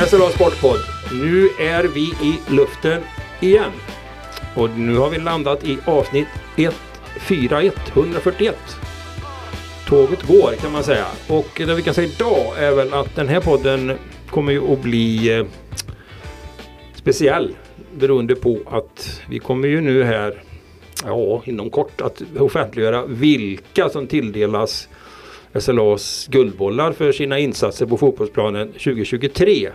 SLA Sportpodd. Nu är vi i luften igen. Och nu har vi landat i avsnitt 141. Tåget går kan man säga. Och det vi kan säga idag är väl att den här podden kommer ju att bli speciell. Beroende på att vi kommer ju nu här inom kort att offentliggöra vilka som tilldelas SLAs guldbollar för sina insatser på fotbollsplanen 2023.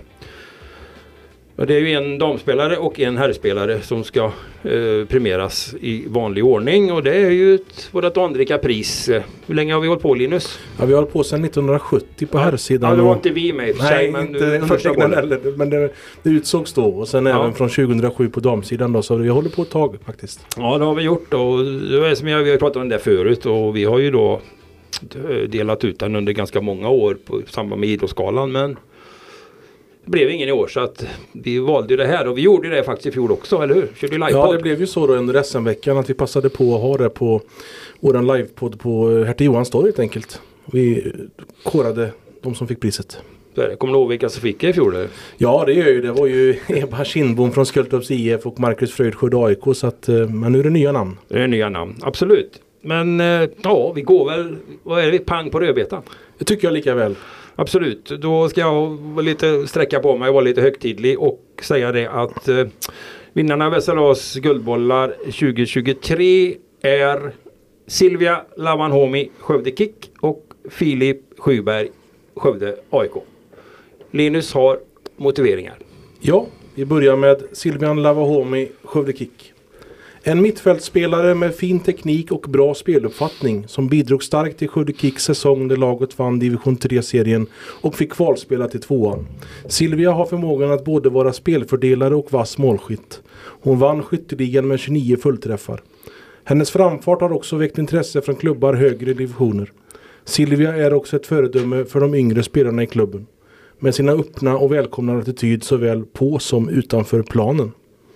Och det är ju en damspelare och en herrspelare som ska premieras i vanlig ordning. Och det är ju vårt anrika pris. Hur länge har vi hållit på, Linus? Ja, vi har hållit på sedan 1970 på herrsidan. Ja, det var inte vi med i och för sig, men inte första bollen. Men det utsågs då. Och sen även från 2007 på damsidan då, så vi håller på ett tag faktiskt. Ja, det har vi gjort. Och det är som vi har pratat om det förut. Och vi har ju då delat ut den under ganska många år på samband med idrottsskalan, men det blev ingen i år så att vi valde det här och vi gjorde det faktiskt i fjol också, eller hur? Körde livepodd. Ja, det blev ju så då under SM-veckan att vi passade på att ha det på våran livepodd på Hertig Johans torg helt enkelt. Vi korade de som fick priset. Kommer du ihåg vilka som fick det i fjol? Eller? Ja, det gör ju. Det var ju Ebba Kindbom från Skultorps IF och Marcus Fröjd AIK, så att, men nu är det nya namn. Det är nya namn, absolut. Men vi går väl, vad är det, pang på rödbetan? Det tycker jag lika väl. Absolut, då ska jag lite sträcka på mig och vara lite högtidlig och säga det att vinnarna av SLAs guldbollar 2023 är Silvia Lavanhomi, Skövde KIK, och Filip Skyberg, Skövde AIK. Linus har motiveringar. Ja, vi börjar med Silvian Lavahomi, Skövde KIK. En mittfältspelare med fin teknik och bra speluppfattning som bidrog starkt till Skövde KIKs säsong där laget vann division 3-serien och fick kvalspela till 2:an. Silvia har förmågan att både vara spelfördelare och vass målskytt. Hon vann skytteligan med 29 fullträffar. Hennes framfart har också väckt intresse från klubbar högre divisioner. Silvia är också ett föredöme för de yngre spelarna i klubben, med sina öppna och välkomna attityd såväl på som utanför planen.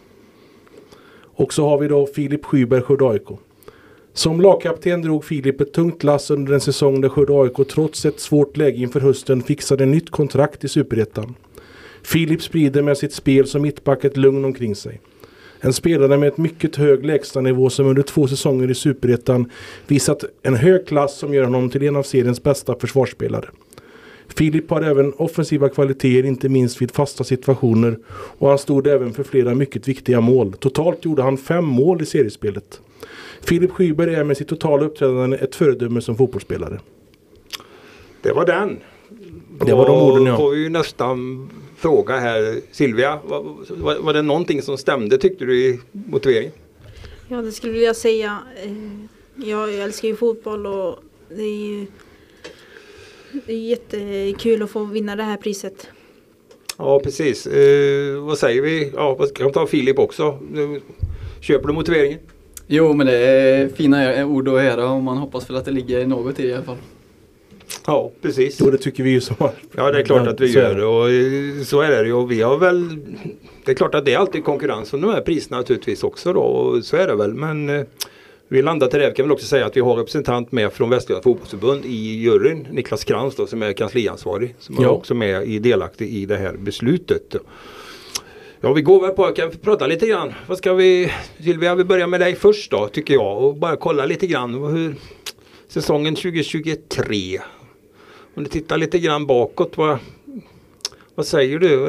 Och så har vi då Filip Skyberg, Skövde AIK. Som lagkapten drog Filip ett tungt lass under en säsong där Skövde AIK trots ett svårt läge inför hösten fixade nytt kontrakt i Superettan. Filip sprider med sitt spel som mittback ett lugn omkring sig. En spelare med ett mycket hög lägstanivå som under 2 säsonger i Superettan visat en hög klass som gör honom till en av seriens bästa försvarsspelare. Filip har även offensiva kvaliteter, inte minst vid fasta situationer, och han stod även för flera mycket viktiga mål. Totalt gjorde han 5 mål i seriespelet. Filip Skyberg är med sitt totala uppträdande ett föredöme som fotbollsspelare. Det var den. Det var de orden, ja. Får vi ju nästan fråga här, Silvia, var det någonting som stämde tyckte du i motiveringen? Ja, det skulle jag säga. Jag älskar ju fotboll och det är jättekul att få vinna det här priset. Ja, precis. Vad säger vi? Ja, kan ta Filip också. Köper du motiveringen? Jo, men det är fina ord att höra och man hoppas väl att det ligger något i alla fall. Ja, precis. Jo, det tycker vi ju som har. Ja, det är klart att vi gör det, och så är det ju. Och vi har väl, det är klart att det är alltid konkurrens om de här priserna naturligtvis också då, och så är det väl, men vi landar till det. Kan väl också säga att vi har representant med från Västergötlands fotbollsförbund i juryn, Niklas Krantz då, som är kansliansvarig, som är också med delaktig i det här beslutet. Ja, vi går väl på, kan vi prata lite grann. Vad ska vi, Silvia, vi börjar med dig först då, tycker jag, och bara kolla lite grann hur säsongen 2023. Om du tittar lite grann bakåt, vad säger du?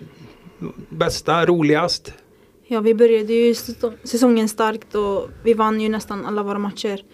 Bästa, roligast? Ja, vi började ju säsongen starkt och vi vann ju nästan alla våra matcher.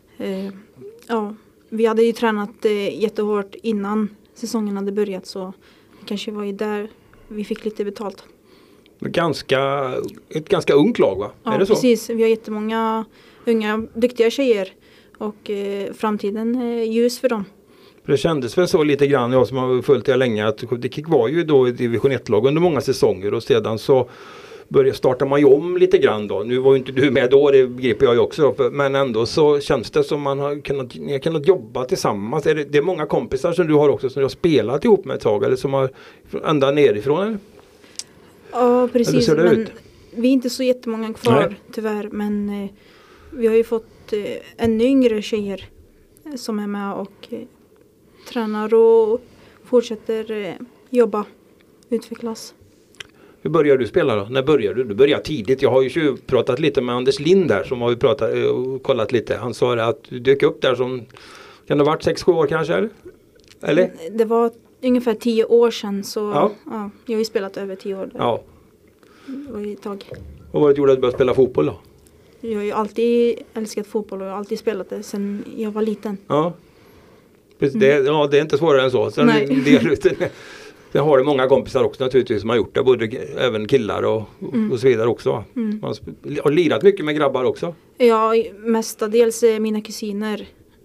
Vi hade ju tränat jättehårt innan säsongen hade börjat, så det kanske var ju där vi fick lite betalt. Ett ganska ungt lag, va? Ja, är det så? Precis. Vi har jättemånga unga, duktiga tjejer och framtiden är ljus för dem. För det kändes väl så lite grann, jag som har följt det länge, att Skövde KIK var ju då i division 1-lag under många säsonger och sedan så startar man ju om lite grann då. Nu var ju inte du med då, det begriper jag ju också, men ändå så känns det som man har kunnat jobba tillsammans. Det är många kompisar som du har också som du har spelat ihop med ett tag, eller som har ända nerifrån, eller? Ja, precis, men ut? Vi är inte så jättemånga kvar tyvärr, men vi har ju fått ännu yngre tjejer som är med och tränar och fortsätter jobba utvecklas. Hur började du spela då? När började du? Du började tidigt. Jag har ju pratat lite med Anders Lind där som har ju kollat lite. Han sa det att du dök upp där som, kan det ha varit 6-7 år kanske? Eller? Det var ungefär 10 år sedan så Ja. Ja, jag har ju spelat över 10 år. Ja. Det var ju ett tag. Och vad var det gjorde att du började spela fotboll då? Jag har ju alltid älskat fotboll och jag har alltid spelat det sedan jag var liten. Ja. Precis, det är inte svårare än så. Sen Nej. Jag har många kompisar också naturligtvis som har gjort det. Både även killar och så vidare också. Man har lirat mycket med grabbar också. Ja, mestadels mina kusiner.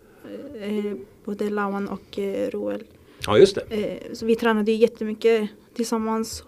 Både Lawan och Roel. Ja, just det. Så vi tränade ju jättemycket tillsammans.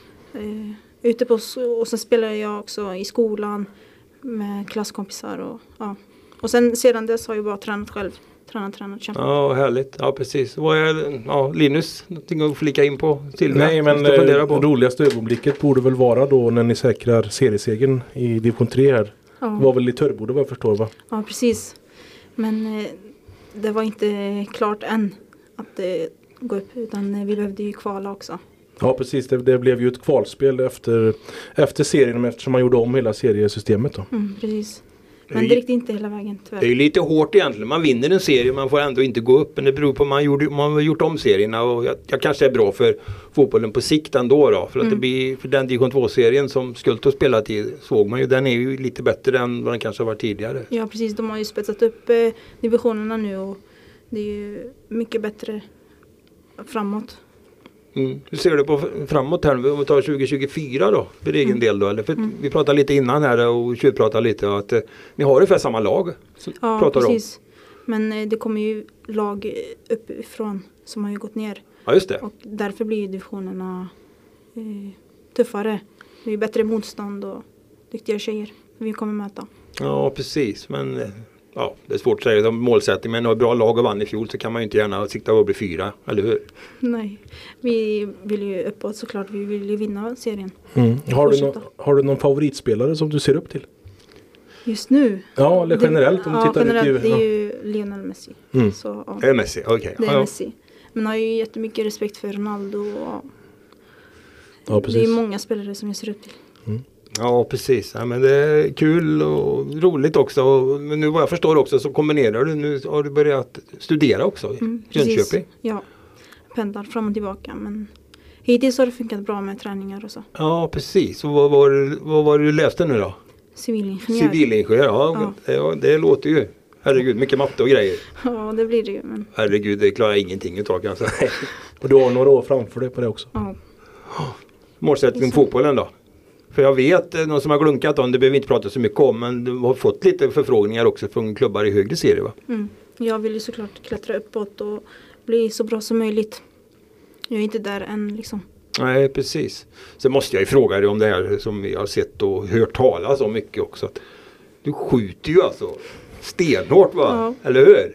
Ute på, och sen spelade jag också i skolan med klasskompisar. Och sen sedan dess har jag bara tränat själv. Tränat. Ja, härligt. Ja, precis. Vad är Linus, någonting att flika in på? Silvia, Nej, men det roligaste ögonblicket borde väl vara då när ni säkrar seriesegern i division 3 här. Ja. Det var väl i Törboda vad jag förstår, va? Ja, precis. Men det var inte klart än att gå upp, utan vi behövde ju kvala också. Ja, precis. Det blev ju ett kvalspel efter serien eftersom man gjorde om hela seriesystemet då. Precis. Men det gick inte hela vägen tyvärr. Det är ju lite hårt egentligen. Man vinner en serie, man får ändå inte gå upp. Men det beror på om man har gjort om serierna. Och jag kanske är bra för fotbollen på sikt ändå då. För att det blir, för den division 2-serien som Skultorp spelat i såg man ju, den är ju lite bättre än vad den kanske har varit tidigare. Ja, precis. De har ju spetsat upp divisionerna nu och det är ju mycket bättre framåt. Hur ser du på framåt här? Om vi tar 2024 då, för egen del då? Eller? För vi pratade lite innan här och tjuvpratade lite att ni har ungefär samma lag. Ja, precis. Men det kommer ju lag uppifrån som har ju gått ner. Ja, just det. Och därför blir ju divisionerna tuffare. Det är ju bättre motstånd och duktiga tjejer vi kommer möta. Ja, precis. Men ja, det är svårt att säga om målsättning, men har bra lag och vann i fjol så kan man ju inte gärna sikta på att bli 4, eller hur? Nej, vi vill ju uppåt såklart. Vi vill ju vinna serien. Har du någon favoritspelare som du ser upp till? Just nu? Ja, eller generellt om du tittar generellt, det är ju Lionel Messi. Så, ja. Det är Messi, okej. Det är Messi. Men jag har ju jättemycket respekt för Ronaldo. Ja, precis. Det är många spelare som jag ser upp till. Ja, precis. Ja, men det är kul och roligt också. Men nu vad jag förstår också så kombinerar du. Nu har du börjat studera också i Jönköping. Ja, pendlar fram och tillbaka. Men hittills har det funkat bra med träningar och så. Ja, precis. Och vad var det du läste nu då? Civilingenjör. Civilingenjör, ja. Det låter ju. Herregud, mycket matte och grejer. Ja, det blir det ju. Men... Herregud, det klarar jag ingenting utav kanske. Och du har några år framför dig på det också. Ja. Målsättning fotbollen då? För jag vet, någon som har glunkat om, det behöver vi inte prata så mycket om, men du har fått lite förfrågningar också från klubbar i högre serier, va? Jag vill ju såklart klättra uppåt och bli så bra som möjligt. Jag är inte där än liksom. Nej, precis. Sen måste jag ju fråga dig om det här som vi har sett och hört talas om mycket också. Att du skjuter ju alltså stenhårt, va? Ja. Eller hur?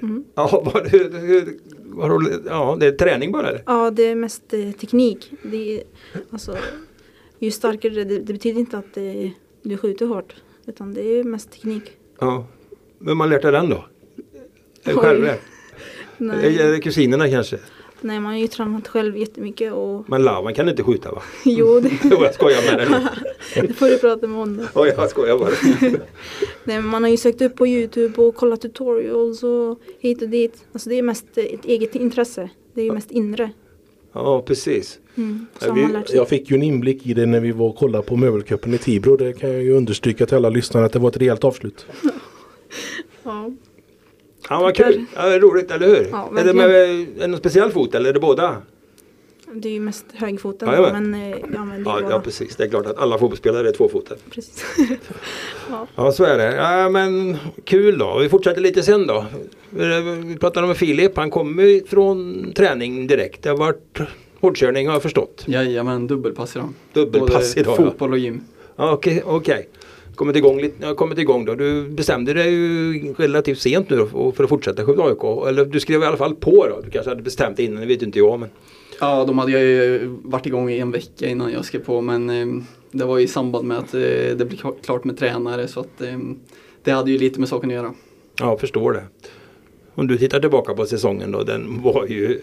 Ja, det är träning bara, eller? Ja, det är mest teknik. Det är, alltså, ju starkare det betyder inte att du skjuter hårt. Utan det är mest teknik. Ja. Vem har lärt dig den då? Är det själv det? Nej. Är det kusinerna kanske? Nej, man har ju tränat själv jättemycket. Och... Men Lavan kan inte skjuta, va? Jo, det... Jag skojar med dig. Det får du prata med honom. Ja, jag skojar bara. Nej, man har ju sökt upp på YouTube och kollat tutorials och hit och dit. Alltså det är mest ett eget intresse. Det är ju mest inre. Ja, precis. Jag fick ju en inblick i det när vi var och kollade på möbelcupen i Tibro. Det kan jag ju understryka till alla lyssnare att det var ett rejält avslut. Ja. Ja, vad kul. Ja, roligt, eller hur? Ja, är det med någon speciell fot eller är det båda? Det är ju mest högfoten. Ja, men det är båda. Ja, precis. Det är klart att alla fotbollsspelare är tvåfotade. Precis. Ja, så är det. Ja, men kul då. Vi fortsätter lite sen då. Vi pratade med Filip. Han kommer från träning direkt. Det har varit hårdkörning, har jag förstått. Jajamän, dubbelpass idag. Dubbelpass idag, fotboll och gym. Ja, okej. Kommit igång då. Du bestämde dig ju relativt sent nu då, för att fortsätta Skövde AIK. Eller du skrev i alla fall på då. Du kanske hade bestämt innan, det vet inte jag. Men... Ja, de hade ju varit igång i en vecka innan jag skrev på. Men det var i samband med att det blev klart med tränare. Så att det hade ju lite med saken att göra. Ja, förstår det. Om du tittar tillbaka på säsongen då, den var ju,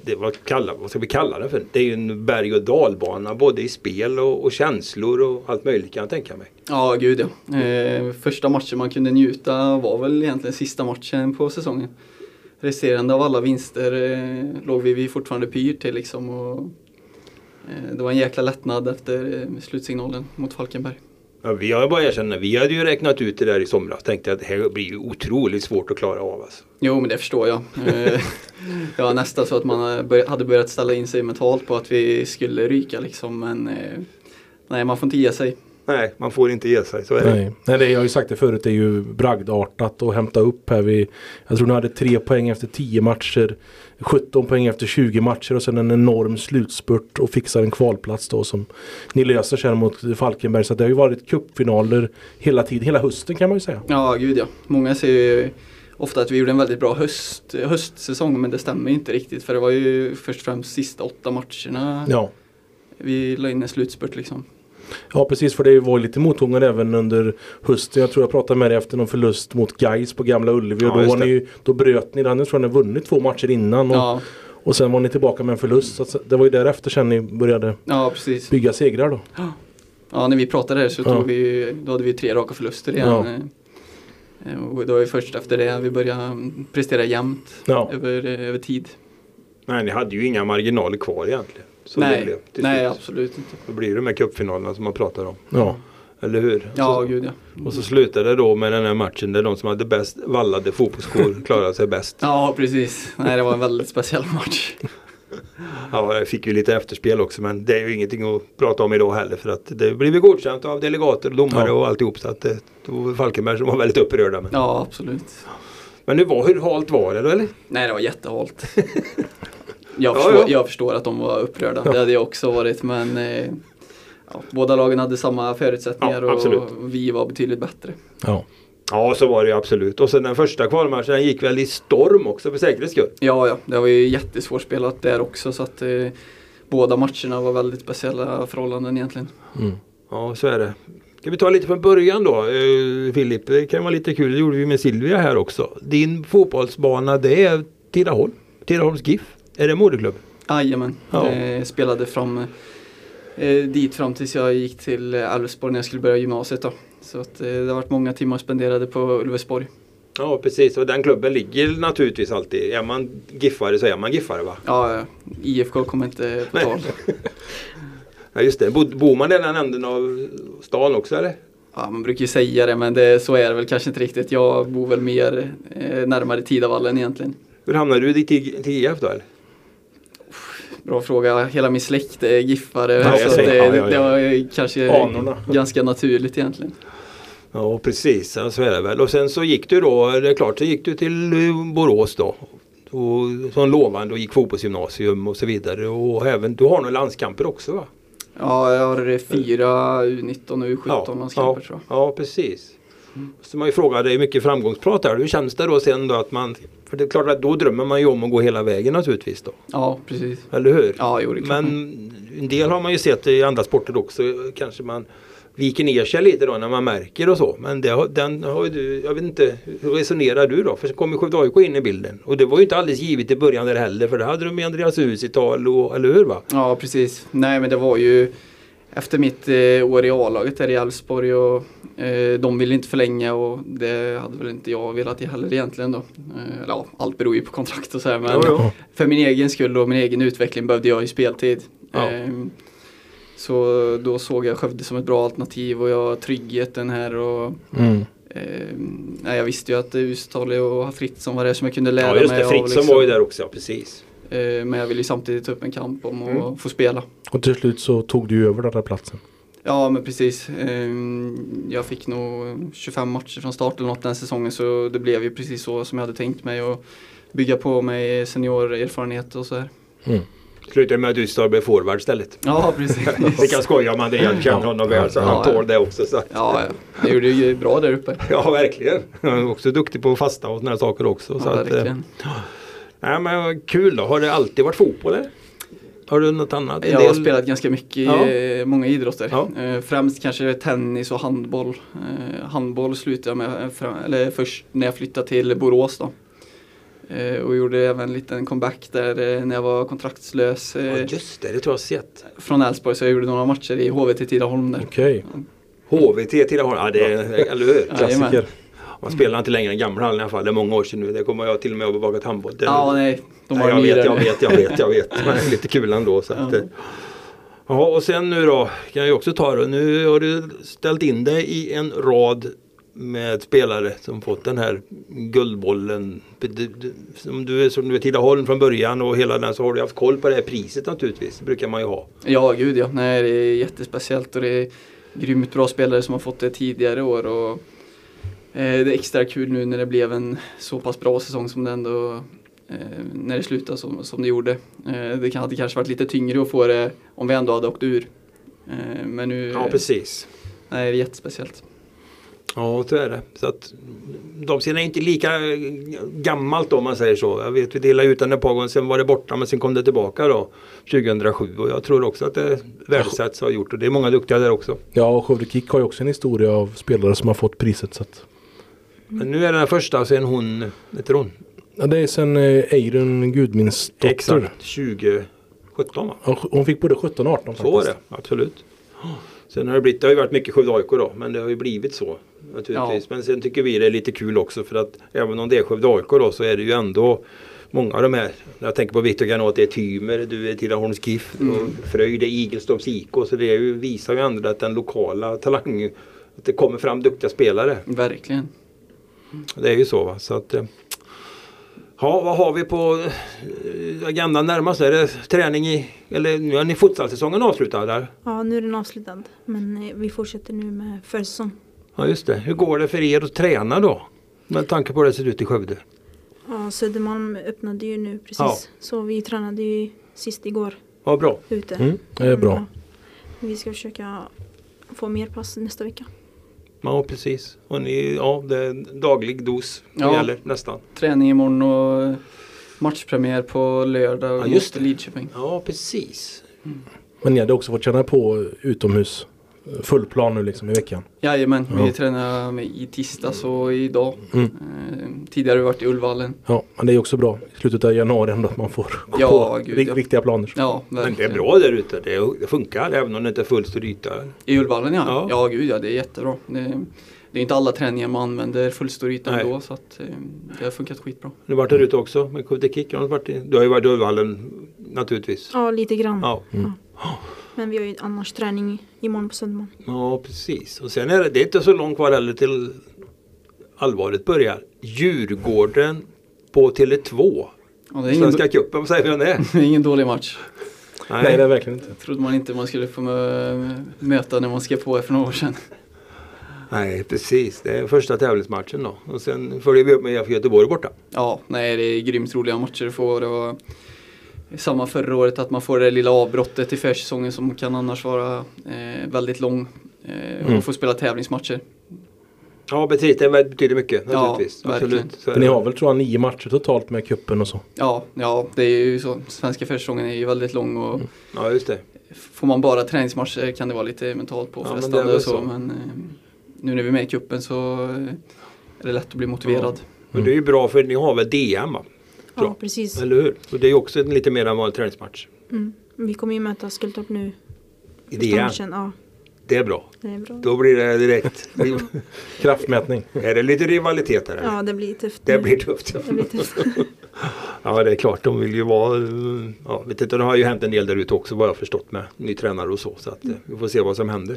vad ska vi kalla den för? Det är ju en berg- och dalbana både i spel och känslor och allt möjligt kan jag tänka mig. Ja, gud ja. Första matchen man kunde njuta var väl egentligen sista matchen på säsongen. Resterande av alla vinster låg vi fortfarande pyr till liksom. Och, det var en jäkla lättnad efter slutsignalen mot Falkenberg. Ja, vi har bara erkänt, vi hade ju räknat ut det där i somras. Tänkte att det här blir ju otroligt svårt att klara av. Alltså. Jo, men det förstår jag. Det var nästan så att man hade börjat ställa in sig mentalt på att vi skulle ryka liksom. Men nej, man får inte ge sig. Nej, man får inte ge sig, så är det. Nej, jag har ju sagt det förut, det är ju bragdartat att hämta upp här. Jag tror ni hade 3 poäng efter 10 matcher, 17 poäng efter 20 matcher och sen en enorm slutspurt och fixar en kvalplats då som ni löser sen mot Falkenberg. Så det har ju varit cupfinaler hela tiden, hela hösten kan man ju säga. Ja, gud ja. Många säger ju ofta att vi gjorde en väldigt bra höstsäsong, men det stämmer inte riktigt. För det var ju först och främst sista 8 matcherna vi la in en slutspurt liksom. Ja, precis, för det var lite motgångar även under hösten. Jag tror jag pratade med dig efter någon förlust mot Gais på Gamla Ullevi. Och då bröt ni den. Jag tror ni vunnit 2 matcher innan. Och sen var ni tillbaka med en förlust. Så det var ju därefter sen ni började bygga segrar då. Ja, när vi pratade här så då hade vi 3 raka förluster igen. Och då var vi först efter det vi började prestera jämnt över tid. Nej, ni hade ju inga marginaler kvar egentligen. Nej, absolut inte. Då blir det med cupfinalerna som man pratar om. Ja. Eller hur? Ja, gud ja. Och så slutade det då med den här matchen där de som hade bäst vallade fotbollsskor klarade sig bäst. Ja, precis. Nej, det var en väldigt speciell match. Ja, jag fick ju lite efterspel också, men det är ju ingenting att prata om idag heller för att det blev godkänt av delegater, domare och alltihop, så att det var Falkenberg som var väldigt upprörda. Men. Ja, absolut. Men hur halt var det då, eller? Nej, det var jättehalt. Jag förstår att de var upprörda. Det hade jag också varit, men båda lagen hade samma förutsättningar och vi var betydligt bättre. Ja, så var det ju absolut. Och sen den första kvalmatchen gick väl i storm också för säkerhets skull. Ja, det var ju jättesvårspelat där också, så att båda matcherna var väldigt speciella förhållanden egentligen. Ja, så är det. Ska vi ta lite från början då, Filip? Det kan vara lite kul, det gjorde vi med Silvia här också. Din fotbollsbana, det är Tidaholms GIF. Är det moderklubb? Jajamän. Spelade dit fram tills jag gick till Älvsborg när jag skulle börja gymnasiet då. Så att, det har varit många timmar spenderade på Ulvesborg. Ja, precis. Och den klubben ligger naturligtvis alltid. Är man giffare så är man giffare, va? Ja. IFK kommer inte på tal. Ja, just det. Bor man i den änden av stan också, eller? Ja, man brukar ju säga det, men så är det väl kanske inte riktigt. Jag bor väl mer närmare Tidavallen egentligen. Hur hamnade du till IF då, eller? Bra fråga. Hela min släkt är giffare. Det var kanske ganska naturligt egentligen. Ja, precis. Så är det väl. Och sen så gick du då, det är klart, så gick du till Borås då. Och som lovande och gick fotbollsgymnasium och så vidare. Och även, du har några landskamper också, va? Ja, jag har 4 U19 och U17 landskamper, tror jag. Ja, precis. Så man ju frågar dig mycket framgångsprat här. Hur känns det då sen då att man... För det är klart att då drömmer man ju om att gå hela vägen naturligtvis då. Ja, precis. Eller hur? Ja, jo, det men en del har man ju sett i andra sporter också. Kanske man viker ner sig lite då när man märker och så. Men den har du, jag vet inte, hur resonerar du då? För så kommer Skövde AIK in i bilden. Och det var ju inte alldeles givet i början där heller. För det hade de med Andreas Hus i tal, eller hur, va? Ja, precis. Nej, men det var ju... Efter mitt år i A-laget här i Älvsborg och de ville inte förlänga och det hade väl inte jag velat heller egentligen då. Allt beror ju på kontrakt och så här, men för min egen skull och min egen utveckling behövde jag ju speltid. Så då såg jag Skövde som ett bra alternativ och jag har tryggheten här och jag visste ju att Ustale och Fritzson var det som jag kunde lära mig av. Ja, just det, Fritzson var ju där också, precis. Men jag ville ju samtidigt ta upp en kamp om att få spela. Och till slut så tog du över den där platsen. Ja, men precis. Jag fick nog 25 matcher från start eller något den säsongen, så det blev ju precis så som jag hade tänkt mig och bygga på mig seniorerfarenhet och så här. Slutade med att du blev forward istället. Ja, precis. Vi kan skoja om Andreas känner honom väl, så han tål det också. Så. Ja, jag gjorde ju bra där uppe. Ja, verkligen. Han är också duktig på att fasta och sådana saker också. Ja, så verkligen. Nej, men kul då. Har det alltid varit fotboll, eller? Har du något annat? Jag har spelat ganska mycket i många idrotter. Ja. Främst kanske tennis och handboll. Handboll slutade jag med först när jag flyttade till Borås då. Och gjorde även en liten comeback där när jag var kontraktslös. Ja, just det tror jag har sett. Från Älvsborg, så jag gjorde några matcher i HVT Tidaholm där. Okej. HVT Tidaholm, ja det är, eller hur? Klassiker. Man spelar inte längre än gamla hallen i alla fall. Det är många år sedan nu. Det kommer jag till och med att ha bevakat handboll. Ja, nej. Jag vet. Men det är lite kul ändå. Så att, ja, och sen nu då kan jag också ta det. Nu har du ställt in dig i en rad med spelare som fått den här guldbollen. Som du är Tidaholm från början och hela den, så har du haft koll på det här priset naturligtvis. Det brukar man ju ha. Ja, gud ja. Nej, det är jättespeciellt och det är grymt bra spelare som har fått det tidigare år. Och det är extra kul nu när det blev en så pass bra säsong som det ändå när det slutade som det gjorde. Det hade kanske varit lite tyngre att få det om vi ändå hade åkt ur. Men nu, Ja, precis. Nej, det är jättespeciellt. Ja, så är det. Så att de ser inte lika gammalt om man säger så. Jag vet, vi delade ut den ett par gånger, sen var det borta, men sen kom det tillbaka då 2007. Och jag tror också att det värdesätts har gjort, och det är många duktiga där också. Ja, och Skövde Kick har ju också en historia av spelare som har fått priset. Så att... Men nu är den första, sen hon, heter hon? Ja, det är sen Eirun Gudminsdotter. Exakt, 2017 va? Ja, hon fick både 17 och 18 faktiskt. Så är det, absolut. Sen har det har ju varit mycket Skövde AIK då, men det har ju blivit så naturligtvis. Ja. Men sen tycker vi det är lite kul också, för att även om det är Skövde AIK då, så är det ju ändå många av de här. Jag tänker på Viktor Granat, det är Tymer, du är Tidaholms GIF och Fröjd är Igelströms IK, så det är ju, visar ju ändå att den lokala talangen, att det kommer fram duktiga spelare. Verkligen. Det är ju så va, så att ja, vad har vi på agendan närmast? Är det träning eller nu är ni futsalsäsongen avslutad där? Ja, nu är den avslutad. Men vi fortsätter nu med försäsong. Ja, just det. Hur går det för er att träna då? Med tanke på det ser ut i Skövde. Ja, Södermalm öppnade ju nu precis. Ja. Så vi tränade ju sist igår Ja, bra. ute. Det är bra. Vi ska försöka få mer pass nästa vecka. Ja, precis. Och ni, ja, det är daglig dos det gäller nästan. Träning imorgon och matchpremiär på lördag just mot Lidköping. Ja, precis. Men ni hade också fått känna på utomhus. Full plan nu liksom i veckan. Jajamän, vi tränar i tisdags och idag. Tidigare har vi varit i Ullvallen. Ja, men det är också bra. I slutet av januari ändå att man får gå på riktiga planer. Ja, men det är bra där ute. Det funkar även om det inte är fullt stor yta. I Ullvallen ja, gud ja, det är jättebra. Det är inte alla träningar man använder fullstor yta ändå, så att det har funkat skitbra. Du har varit där ute också med Skövde Kick. Du har ju varit i Ullvallen naturligtvis. Ja, lite grann. Ja. Ja. Men vi har ju annars träning imorgon på söndag. Ja, precis. Och sen är det inte så långt kvar heller till allvaret börjar. Djurgården på Tele2. Ja, det är Svenska cupen, vad säger vi om det? Det är ingen dålig match. Nej, det är verkligen inte. Trodde man inte man skulle få möta när man skrev på för några år sedan. Nej, precis. Det är första tävlingsmatchen då. Och sen följer vi upp med Göteborg borta. Ja, nej, det är grymt roliga matcher att få. Det var samma förra året, att man får det lilla avbrottet i försäsongen som kan annars vara väldigt lång. Och få spela tävlingsmatcher. Ja, precis. Det betyder mycket naturligtvis. Ja, absolut. För ni har väl tror jag 9 matcher totalt med kuppen och så? Ja, det är ju så. Svenska försäsongen är ju väldigt lång och ja, just det. Får man bara träningsmatcher kan det vara lite mentalt påfrestande och så. Men nu när vi är med i kuppen så är det lätt att bli motiverad. Ja. Men det är ju bra för ni har väl DM va? Ja, precis. Eller hur? Och det är ju också en lite mer än vanlig träningsmatch. Vi kommer ju möta Skultorp nu. I DM? Ja. Det är bra. Det är bra. Då blir det direkt. Kraftmätning. Är det lite rivalitet här? Ja, det blir tufft. Det blir tufft. Det blir tufft. Ja, det är klart. De vill ju vara... Ja, vet inte, det har ju hänt en del där ute också vad jag har förstått med ny tränare och så. Så att, vi får se vad som händer.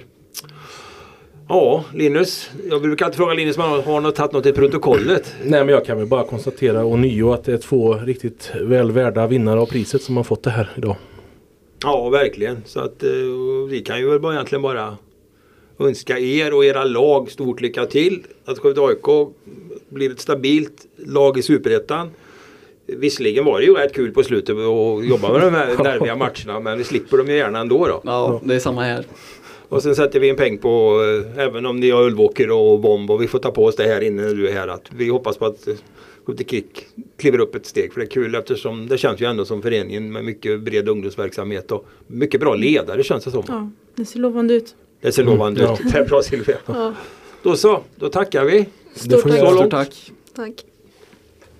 Ja, Linus. Jag brukar alltid fråga Linus om han har tagit något i protokollet. Nej, men jag kan väl bara konstatera ånyo att det är 2 riktigt välvärda vinnare av priset som har fått det här idag. Ja, verkligen. Så att vi kan ju väl egentligen bara önska er och era lag stort lycka till. Att Skövde AIK blir ett stabilt lag i Superettan. Visserligen var det ju rätt kul på slutet att jobba med de här nerviga matcherna, men vi slipper dem ju gärna ändå då. Ja, det är samma här. Och sen sätter vi en peng på, även om ni har Ulvåker och Bomb, och vi får ta på oss det här innan du är här, att vi hoppas på att Skövde Kick kliver upp ett steg, för det är kul eftersom det känns ju ändå som föreningen med mycket bred ungdomsverksamhet och mycket bra ledare känns det som. Ja, det ser lovande ut. Det ser lovande ut. Det är bra Silvia. Ja. Då så, då tackar vi. Stort tack. Stort tack. Tack.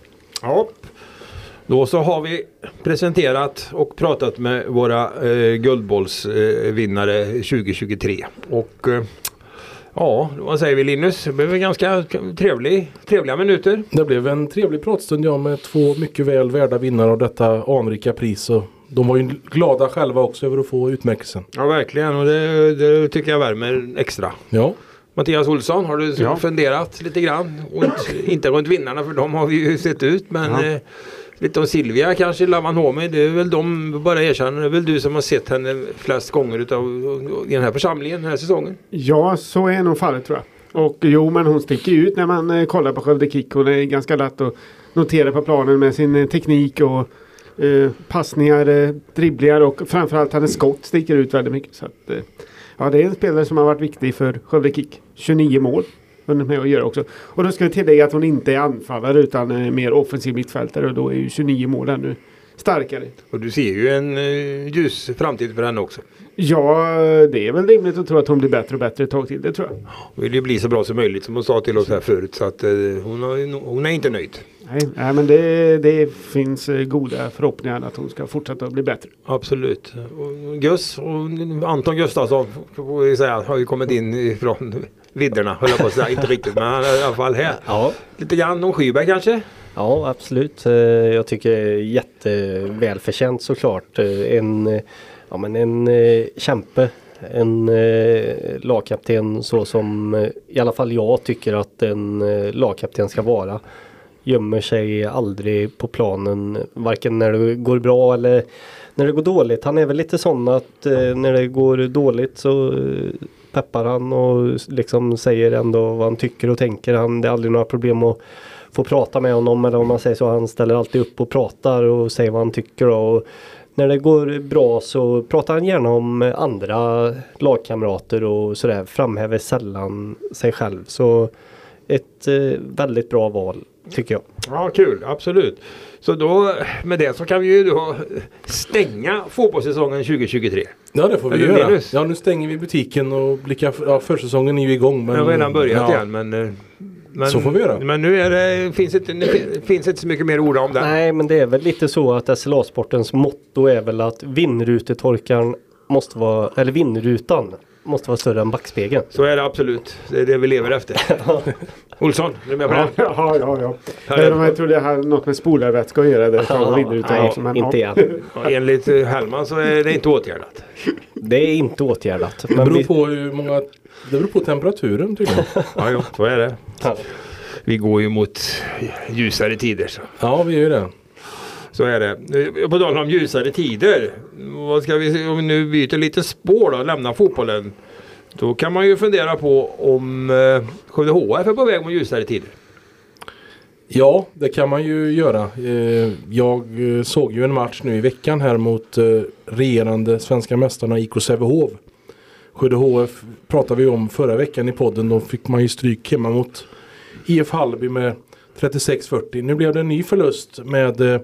Ja. Då så har vi presenterat och pratat med våra guldbollsvinnare 2023. Och ja, vad säger vi Linus? Det blev ganska trevliga minuter. Det blev en trevlig pratstund med 2 mycket väl värda vinnare av detta anrika pris. Och de var ju glada själva också över att få utmärkelsen. Ja, verkligen. Och det tycker jag värmer extra. Ja. Mattias Olsson, har du funderat lite grann? Och inte runt vinnarna, för de har vi ju sett ut. Men lite om Silvia kanske, Lavanhomi. Det är väl de, bara erkänner, det är väl du som har sett henne flest gånger i den här församlingen, den här säsongen? Ja, så är nog fallet tror jag. Och jo, men hon sticker ut när man kollar på Skövde Kick. Hon är ganska lätt att notera på planen med sin teknik och passningar, dribblingar och framförallt hennes skott sticker ut väldigt mycket. Så att, ja, det är en spelare som har varit viktig för Skövde Kick. 29 mål under med att göra också. Och då ska vi tillägga att hon inte är anfallare utan mer offensiv mittfältare, och då är ju 29 mål ännu starkare. Och du ser ju en ljus framtid för henne också. Ja, det är väl rimligt att tro att hon blir bättre och bättre ett tag till, det tror jag. Hon vill ju bli så bra som möjligt, som hon sa till oss här förut, så att hon är inte nöjd. Nej, men det finns goda förhoppningar att hon ska fortsätta att bli bättre. Absolut. Och Gus och Anton Gustafsson får vi säga, har ju kommit in från vidderna, höll jag på att säga, inte riktigt, men i alla fall här. Ja. Lite grann om Skyberg kanske? Ja, absolut. Jag tycker det är jättevälförtjänt såklart. En kämpe, en lagkapten så som i alla fall jag tycker att en lagkapten ska vara. Gömmer sig aldrig på planen, varken när det går bra eller när det går dåligt. Han är väl lite sån att när det går dåligt så peppar han och liksom säger ändå vad han tycker och tänker. Det är aldrig några problem att få prata med honom, eller om man säger så, han ställer alltid upp och pratar och säger vad han tycker. Och när det går bra så pratar han gärna om andra lagkamrater och sådär, framhäver sällan sig själv. Så ett väldigt bra val tycker jag. Ja, kul, absolut. Så då, med det så kan vi ju då stänga fotbollssäsongen 2023. Ja, det får vi göra. Ja, nu stänger vi butiken och blickar, försäsongen är ju igång. Men, jag har redan börjat igen, men så får vi göra. Men nu finns inte så mycket mer ord om det. Nej, men det är väl lite så att SLA-sportens motto är väl att vindrutan måste vara större än backspegeln. Så är det absolut. Det är det vi lever efter. Olsson, är du med på det? Ja. Jag tror det har något med spolarvätska att göra. Inte jag. Enligt Hellman så är det inte åtgärdat. Det är inte åtgärdat. Det beror på temperaturen tydligen. Ja, så är det. Vi går ju mot ljusare tider. Så. Ja, vi gör det. Så är det. På tal om ljusare tider. Vad ska vi, om vi nu byter lite spår då, lämnar fotbollen. Då kan man ju fundera på om Skövde HF är på väg mot ljusare tider. Ja, det kan man ju göra. Jag såg ju en match nu i veckan här mot regerande svenska mästarna IK Sävehof. Skövde HF pratade vi om förra veckan i podden. Då fick man ju stryk hemma mot IF Hallby med 36-40. Nu blev det en ny förlust med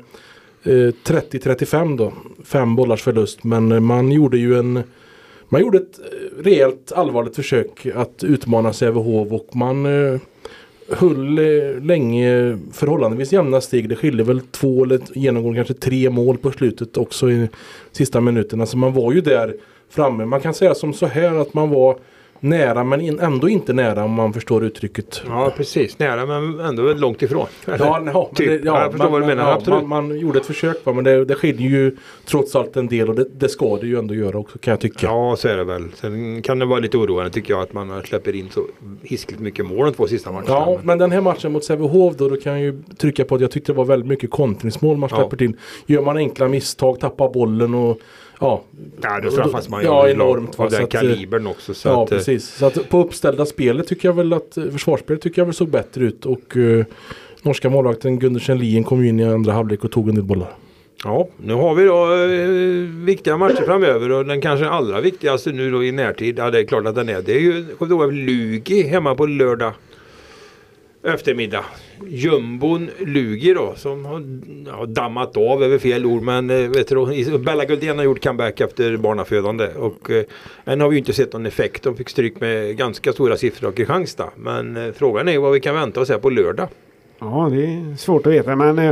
30-35 då. 5 bollars förlust. Men man gjorde ett rejält allvarligt försök att utmana Sävehof, och man höll länge förhållandevis jämna steg. Det skilde väl 2 eller genomgående kanske 3 mål på slutet också i sista minuterna. Så man var ju där framme. Man kan säga som så här att man var nära men ändå inte nära, om man förstår uttrycket. Ja, precis. Nära men ändå långt ifrån. Jag förstår vad du menar. Absolut. Man gjorde ett försök, men det skiljer ju trots allt en del, och det ska det ju ändå göra också, kan jag tycka. Ja, så är det väl. Sen kan det vara lite oroande tycker jag att man släpper in så hiskligt mycket mål de 2 sista matcherna. Ja, men den här matchen mot Sävehof då kan jag ju trycka på att jag tyckte det var väldigt mycket kontringsmål man släpper till. Gör man enkla misstag, tappar bollen och då straffas man ju enormt av den kalibern också. Så precis. Så att på uppställda spelet tycker jag väl att försvarsspelet tycker jag väl såg bättre ut, och norska målvakten Gundersen Lien kom in i andra halvlek och tog en del bollar. Ja, nu har vi då viktiga matcher framöver, och den kanske allra viktigaste nu då i närtid, ja det är klart att den är, det är ju Lugi hemma på lördag eftermiddag. Jumbon Lugi då, som har dammat av över fel ord, men vet du, Bella Guldén har gjort comeback efter barnafödande, och än har vi ju inte sett någon effekt. De fick stryk med ganska stora siffror av Kristianstad, men frågan är vad vi kan vänta oss här på lördag. Ja, det är svårt att veta, men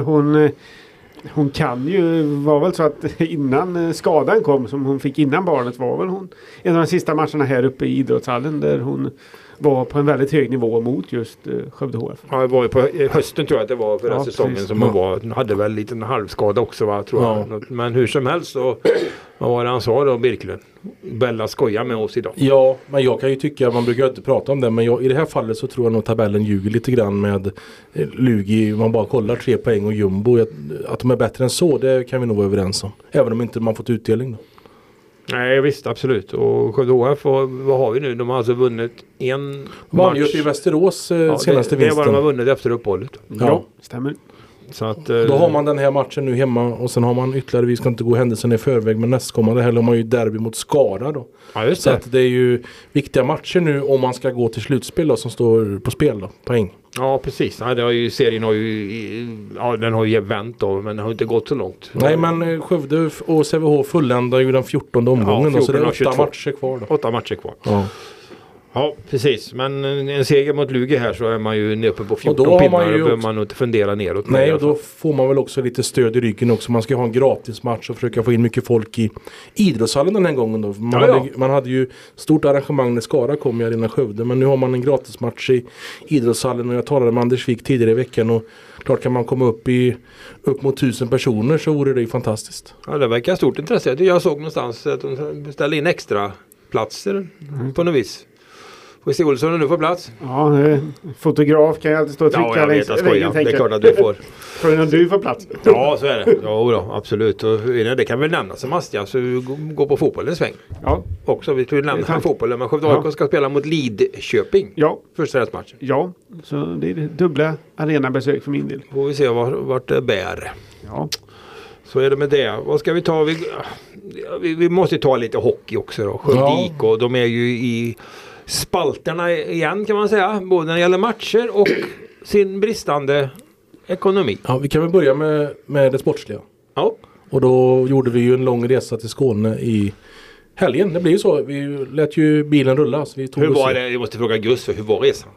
hon kan ju, var väl så att innan skadan kom som hon fick innan barnet var väl hon en av de sista matcherna här uppe i idrottshallen där hon var på en väldigt hög nivå mot just Skövde HF. Ja, det var ju på hösten tror jag att det var för den säsongen precis. som hon var. Hon hade väl lite en halvskada också va, tror jag. Men hur som helst så, vad var det han sa då, Birklund? Bella skojar med oss idag. Ja, men jag kan ju tycka, man brukar inte prata om det, men i det här fallet så tror jag nog tabellen ljuger lite grann med Lugi. Man bara kollar 3 poäng och Jumbo. Att de är bättre än så, det kan vi nog vara överens om. Även om inte man fått utdelning då. Nej visst, absolut. Och Skövde HF, vad har vi nu? De har alltså vunnit en match. match I Västerås senaste vinsten. Det är vad de har vunnit efter uppehållet. Ja, stämmer. Så att, då har man den här matchen nu hemma och sen har man ytterligare, vi ska inte gå händelsen i förväg, men nästkommande heller har man ju derby mot Skara då. Ja, just så det. att det är ju viktiga matcher nu om man ska gå till slutspel då, som står på spel då, poäng. Ja precis, ja, det har ju, serien har ju, ja, den har ju vänt då, men den har inte gått så långt. Nej, men Skövde och Sävehof fulländar ju den 14:e omgången då, så det är 8 matcher kvar då. 8 matcher kvar. Ja. Ja, precis. Men en seger mot Lugi här så är man ju uppe på 14 pinnar. Då behöver man nog inte fundera neråt. Nej, och då får man väl också lite stöd i ryggen också. Man ska ha en gratis match och försöka få in mycket folk i idrottshallen den här gången då. Man hade ju stort arrangemang när Skara kom i Arena Skövde, men nu har man en gratis match i idrottshallen och jag talade med Anders Wik tidigare i veckan och klart kan man komma upp mot 1000 personer så vore det ju fantastiskt. Ja, det verkar stort intresse. Jag såg någonstans att de ställde in extra platser på något vis. Får vi se Olsson är nu på plats? Ja, fotograf kan jag alltid stå och trycka. Ja, jag vet, jag skojar. Det är klart att du får. Tror du att du får plats? Ja, så är det. Ja, då, absolut. Och det kan väl nämnas som Astia, så gå på fotboll en sväng. Ja. Också, vi tror nämna fotboll. Men Skövde AIK ska spela mot Lidköping. Ja. Första rättsmatchen. Ja, så det är dubbla arenabesök för min del. Får vi se vart det bär. Ja. Så är det med det. Vad ska vi ta? Vi måste ta lite hockey också då. Skövde IK, och de är ju i spalterna igen kan man säga. Både när det gäller matcher och sin bristande ekonomi. Ja, vi kan väl börja med det sportsliga. Ja. Och då gjorde vi ju en lång resa till Skåne i helgen. Det blir ju så. Vi lät ju bilen rulla. Så vi tog hur var det? Jag måste fråga Gus, för hur var resan?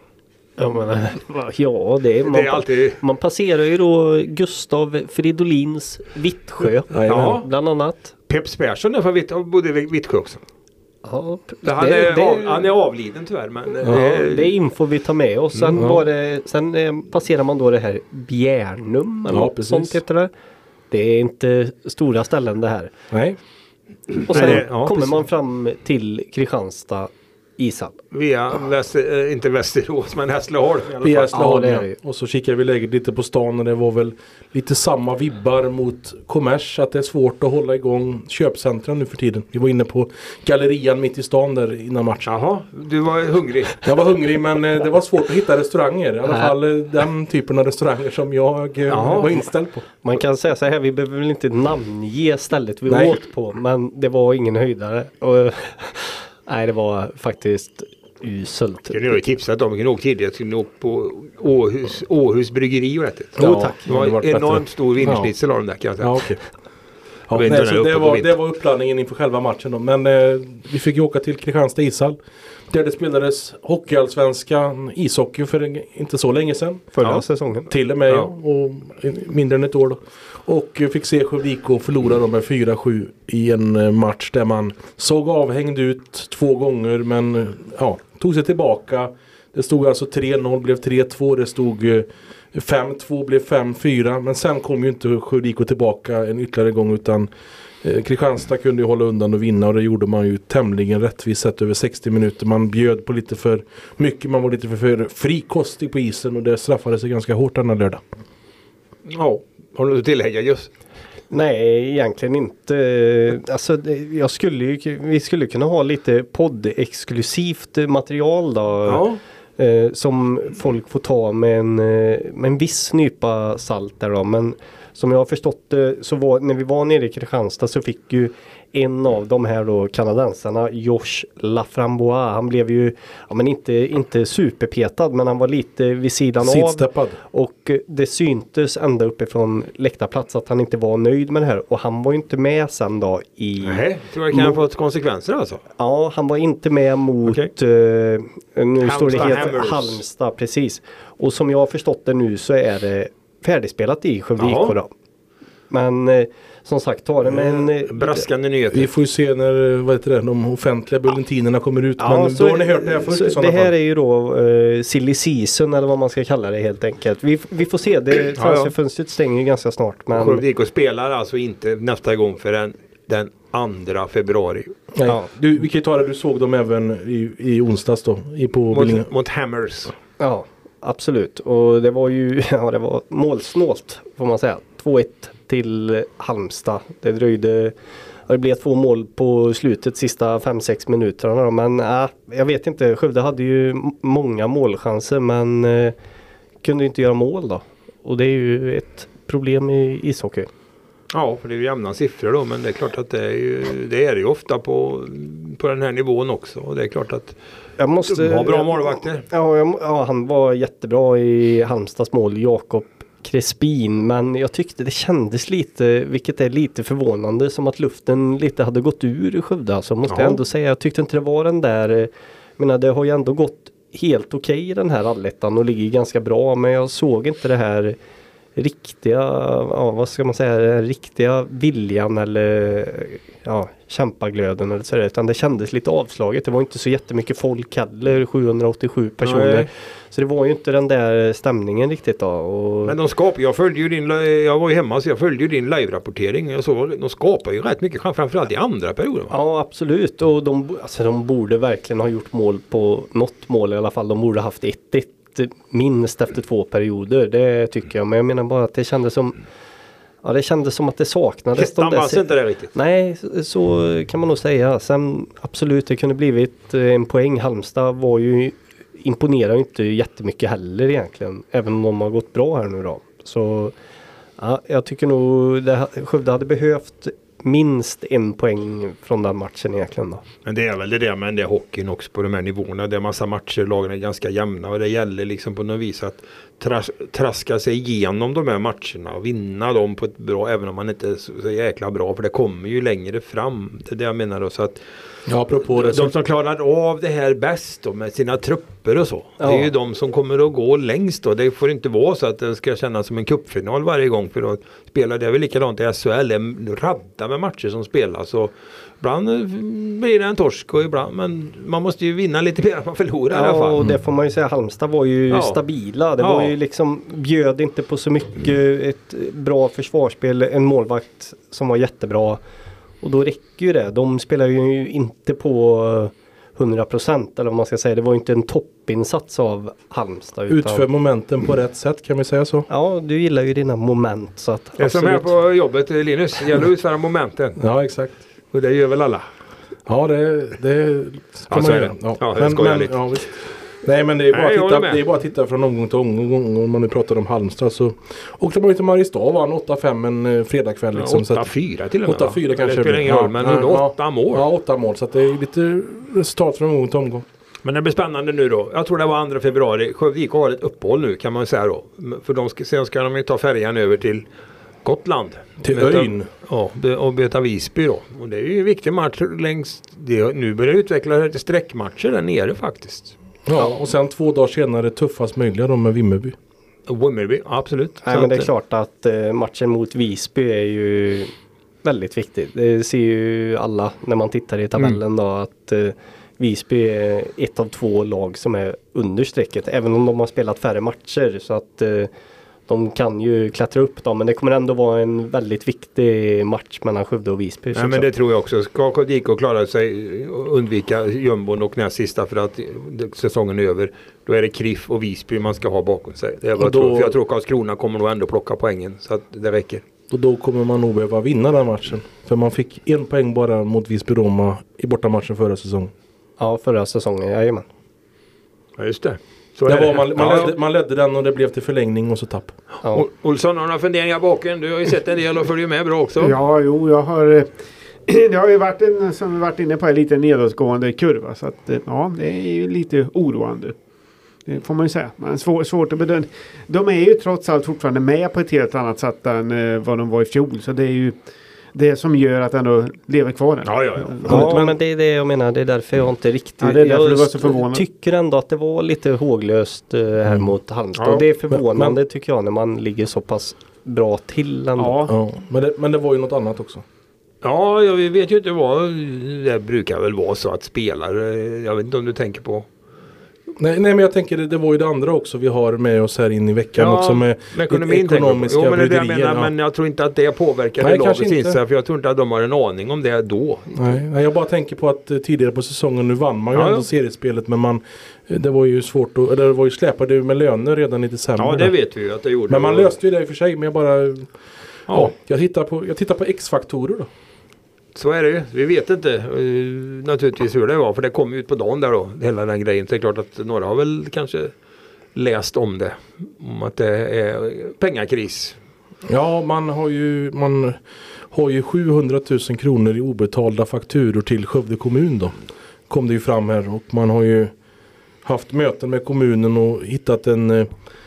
Man passerar ju då Gustav Fridolins Vittsjö bland annat. Peps Persson är från bodde i Vittsjö också. Ja, han är avliden tyvärr. Men det är info vi tar med oss. Sen passerar man då det här Bjärnum eller något sånt heter det. Det är inte stora ställen det här. Nej. Och sen kommer man fram till Kristianstad ishall. Via inte Västerås men Hässleholm. Via Hässleholm, och så kikade vi läget lite på stan och det var väl lite samma vibbar mot kommers, att det är svårt att hålla igång köpcentren nu för tiden. Vi var inne på gallerian mitt i stan där innan matchen. Jaha, du var hungrig. Jag var hungrig, men det var svårt att hitta restauranger. I alla fall den typen av restauranger som jag var inställd på. Man kan säga så här, vi behöver väl inte namnge stället vi åt på, men det var ingen höjdare. Och nej, det var faktiskt uselt. Jag har ju tipsat om, vi kan åka tidigare, skulle åka på Åhus bryggeri och ätit. Tack. Det var enormt stor vinnersnitzel av dem där kan jag säga. Ja, okej. Ja, det var uppladdningen inför själva matchen då. Men vi fick ju åka till Kristianstad ishall. Där det spelades hockeyallsvenskan ishockey för inte så länge sedan. Förra säsongen. Till och med och mindre än ett år då. Och fick se Skövde IK förlora dem med 4-7 i en match där man såg avhängd ut 2 gånger men tog sig tillbaka. Det stod alltså 3-0 blev 3-2, det stod 5-2 blev 5-4, men sen kom ju inte Skövde IK tillbaka en ytterligare gång utan Kristianstad kunde ju hålla undan och vinna och det gjorde man ju tämligen rättvist sett över 60 minuter. Man bjöd på lite för mycket, man var lite för frikostig på isen och det straffade sig ganska hårt denna lördag. Ja, har du något att tillägga just? Nej, egentligen inte. Alltså, vi skulle kunna ha lite podd-exklusivt material då. Ja. Som folk får ta med en viss nypa salt där då. Men som jag har förstått det så när vi var nere i Kristianstad så fick ju en av de här då kanadensarna, Josh Laframboise, han blev ju men inte superpetad, men han var lite vid sidan Sidsteppad. av. Och det syntes ända uppifrån läktarplats att han inte var nöjd med det här. Och han var ju inte med sen då i... Nej, tror jag kan ha fått konsekvenser alltså. Ja, han var inte med mot... nu står det helt Halmstad, precis. Och som jag har förstått det nu så är det färdigspelat i Skövde IK då. Men som sagt, ta det med en... braskande nyheter. Vi får ju se när de offentliga bulletinerna kommer ut. Ja, men då har ni hört det här först i sådana det här fall. är ju då silly season eller vad man ska kalla det helt enkelt. Vi får se, det transferfönstret stänger ju ganska snart. Men... Skövde IK spelar alltså inte nästa gång förrän den 2 februari. Nej. Ja. Vi kan ju ta det, du såg dem även i onsdags då. Mot Hammers. Ja, absolut. Och det var ju det var målsnålt får man säga. 2-1 till Halmstad. Det dröjde, det blev 2 mål på slutet sista 5-6 minuterna då. Men jag vet inte, Skövde hade ju många målchanser men kunde inte göra mål då. Och det är ju ett problem i ishockey. Ja, för det är ju jämna siffror då, men det är klart att det är ju ofta på den här nivån också. Och det är klart att de har bra målvakter. Ja, han var jättebra i Halmstads mål, Jakob Crespin, men jag tyckte det kändes lite, vilket är lite förvånande, som att luften lite hade gått ur Skövde. Alltså måste jag ändå säga, jag tyckte inte det var den där, det har ju ändå gått helt okej i den här allettan och ligger ganska bra, men jag såg inte det här riktiga, vad ska man säga, riktiga viljan eller kämpaglöden eller så där, utan det kändes lite avslaget. Det var inte så jättemycket folk heller, 787 personer. Nej. Så det var ju inte den där stämningen riktigt då. Och... Men jag var ju hemma så jag följde ju din live-rapportering. Jag såg de skapar ju rätt mycket, framförallt i andra perioder. Ja, absolut. Och de borde verkligen ha gjort mål på något mål i alla fall. De borde haft 1-1 minst efter 2 perioder, det tycker jag. Men jag menar bara att det kändes som att det saknades. Det fanns inte det riktigt. Nej, så kan man nog säga. Sen absolut, det kunde blivit en poäng. Halmstad imponerar ju inte jättemycket heller egentligen. Även om de har gått bra här nu då. Så jag tycker nog Skövde hade behövt minst 1 poäng från den matchen egentligen då. Men det är väl det men det är hockeyn också på de här nivåerna. Det är massa matcher, lagen är ganska jämna och det gäller liksom på något vis att traska sig igenom de här matcherna och vinna dem på ett bra, även om man inte är så jäkla bra, för det kommer ju längre fram. Det är det jag menar då, så att de som klarar av det här bäst då, med sina trupper och så. Ja. Det är ju de som kommer att gå längst då. Det får inte vara så att det ska kännas som en cupfinal varje gång, för då spelar det väl likadant i SHL. Det är radda med matcher som spelas och ibland blir det en torsk och ibland, men man måste ju vinna lite mer än man förlorar i alla fall. Och det får man ju säga, Halmstad var ju stabila. Det var ju liksom, bjöd inte på så mycket, ett bra försvarsspel, en målvakt som var jättebra. Och då räcker ju det. De spelar ju inte på 100% eller vad man ska säga. Det var ju inte en toppinsats av Halmstad. Utför momenten på rätt sätt, kan vi säga så? Ja, du gillar ju dina moment. Så att, det är som här på jobbet, Linus. Det gäller att utföra momenten. Ja, exakt. Och det gör väl alla? Ja, det kan man göra. Ja, det skojar lite. Ja, nej, men det är bara att titta från omgång till omgång. Om man nu pratar om Halmstad så åkte man ju till Mariestad, vann 8-5 en fredagkväll. Liksom, 8-4 till och med. 8-4 kanske. Det spelar ingen roll, men 8 mål. Ja, 8 mål. Så att det är lite resultat från omgång till omgång. Men det blir spännande nu då. Jag tror det var 2 februari. Skövde IK har ett uppehåll nu, kan man säga då. För sen ska de ju ta färjan över till Gotland. Till ön. Ja, och möta Visby då. Och det är ju en viktig match längst. Nu börjar det utveckla till sträckmatcher där nere faktiskt. Ja, och sen 2 dagar senare tuffast möjliga då med Vimmerby. Vimmerby, absolut. Nej, men det är klart att matchen mot Visby är ju väldigt viktig. Det ser ju alla när man tittar i tabellen då, att Visby är ett av 2 lag som är under strecket. Även om de har spelat färre matcher, så att de kan ju klättra upp då, men det kommer ändå vara en väldigt viktig match mellan Skövde och Visby. Ja, men det tror jag också. Ska Skövde IK klara sig och undvika jumbon och näst sista för att säsongen är över, då är det KRIF och Visby man ska ha bakom sig. Det är vad jag tror. För jag tror Karlskrona kommer nog ändå plocka poängen, så att det räcker. Och då kommer man nog behöva vinna den matchen. För man fick 1 poäng bara mot Visby-Roma i bortamatchen förra säsongen. Ja, förra säsongen, jajamän. Ja, just det. Man ledde den och det blev till förlängning och så tapp. Ja. Olsson, har några funderingar bakom? Du har ju sett en del och följer med bra också. Ja, jo, jag har Det har ju varit som vi varit inne på, en liten nedåtgående kurva. Så att ja, det är ju lite oroande. Det får man ju säga. Men svårt att bedöma. De är ju trots allt fortfarande med på ett helt annat sätt än vad de var i fjol. Så det är ju det som gör att ändå lever kvar. Ja, men det är det jag menar. Det är därför jag inte riktigt... Ja, det är därför du var så förvånad. Tycker ändå att det var lite håglöst här mot Halmstad. Ja. Och det är förvånande tycker jag när man ligger så pass bra till ändå. Ja, men det var ju något annat också. Ja, vi vet ju inte vad. Det brukar väl vara så att spelare, jag vet inte om du tänker på. Nej, men jag tänker det var ju det andra också vi har med oss här in i veckan också med ekonomiska jo, men det är det jag bryderier. menar, men jag tror inte att det påverkar lagets insats, för jag tror inte att de har en aning om det då. Nej, jag bara tänker på att tidigare på säsongen, nu vann man ju ändå seriespelet, men det var ju svårt att, det var ju släpade med löner redan i december. Ja, det vet vi ju att det gjorde. Men man löste ju det i och för sig, men jag bara jag tittar på X-faktorer då. Så är det ju. Vi vet inte naturligtvis hur det var, för det kom ut på dagen där då, hela den grejen. Så det är klart att några har väl kanske läst om det, om att det är pengakris. Ja, man har ju 700 000 kronor i obetalda fakturor till Skövde kommun då. Kom det ju fram här, och man har ju haft möten med kommunen och hittat en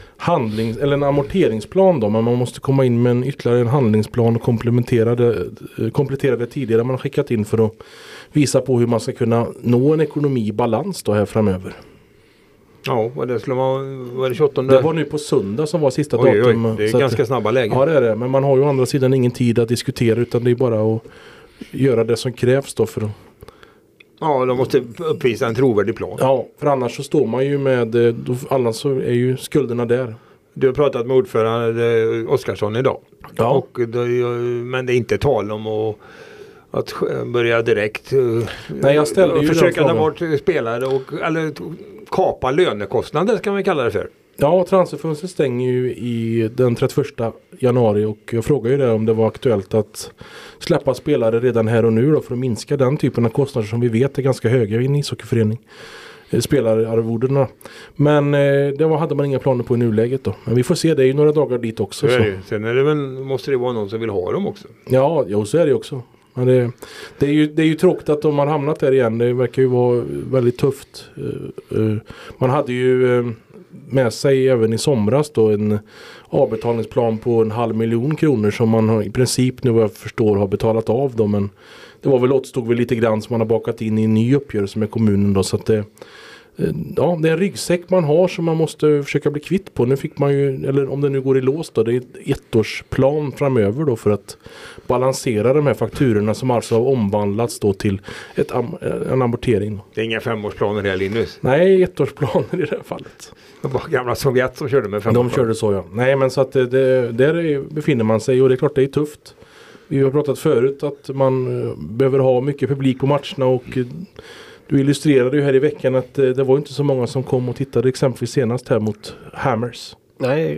en amorteringsplan då, men man måste komma in med ytterligare en handlingsplan och komplettera det tidigare man har skickat in för att visa på hur man ska kunna nå en ekonomi i balans då här framöver. Ja, och det skulle vara det 28. Det var nu på söndag som var sista datum. Det är ganska snabba lägen. Ja, det är det, men man har ju å andra sidan ingen tid att diskutera, utan det är bara att göra det som krävs då för att... Ja, de måste uppvisa en trovärdig plan. Ja, för annars så står man ju med, annars så är ju skulderna där. Du har pratat med ordförande Oskarsson idag. Ja. Men det är inte tal om att börja direkt Nej, jag ställde ju försöka ta bort spelare eller kapa lönekostnader, kan man kalla det för. Ja, transferfönstret stänger ju i den 31 januari, och jag frågade ju det om det var aktuellt att släppa spelare redan här och nu då, för att minska den typen av kostnader som vi vet är ganska höga i en ishockeyförening. Spelararvodena. Men det hade man inga planer på i nuläget då. Men vi får se, det är ju några dagar dit också. Så. Sen är det väl, måste det vara någon som vill ha dem också. Ja, så är det också. Men det är ju tråkigt att de har hamnat där igen. Det verkar ju vara väldigt tufft. Man hade ju med sig även i somras då en avbetalningsplan på 500 000 kronor som man har, i princip nu vad jag förstår har betalat av dem, men det återstod väl lite grann som man har bakat in i en ny uppgörelse med kommunen då, så att det är en ryggsäck man har som man måste försöka bli kvitt på. Nu fick man ju, eller om det nu går i lås då, det är ett ettårsplan framöver då för att balansera de här fakturorna som alltså har omvandlats då till en amortering. Det är inga 5-årsplaner här, Linus. Nej, ettårsplaner i det här fallet. Det var gamla Sovjet som körde med 5-årsplaner. De körde så, ja. Nej, men så att där befinner man sig, och det är klart det är tufft. Vi har pratat förut att man behöver ha mycket publik på matcherna, och du illustrerade ju här i veckan att det var inte så många som kom och tittade exempelvis senast här mot Hammers. Nej,